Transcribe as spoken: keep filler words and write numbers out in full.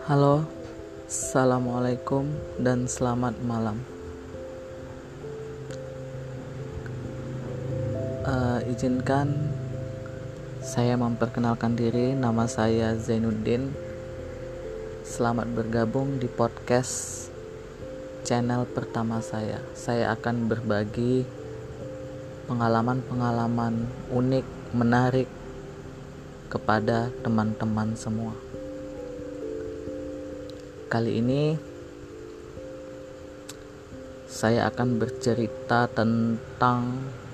Halo, assalamualaikum dan selamat malam. Uh, izinkan saya memperkenalkan diri. Nama saya Zainuddin. Selamat bergabung di podcast channel pertama saya. Saya akan berbagi pengalaman-pengalaman unik, menarik kepada teman-teman semua. Kali ini saya akan bercerita tentang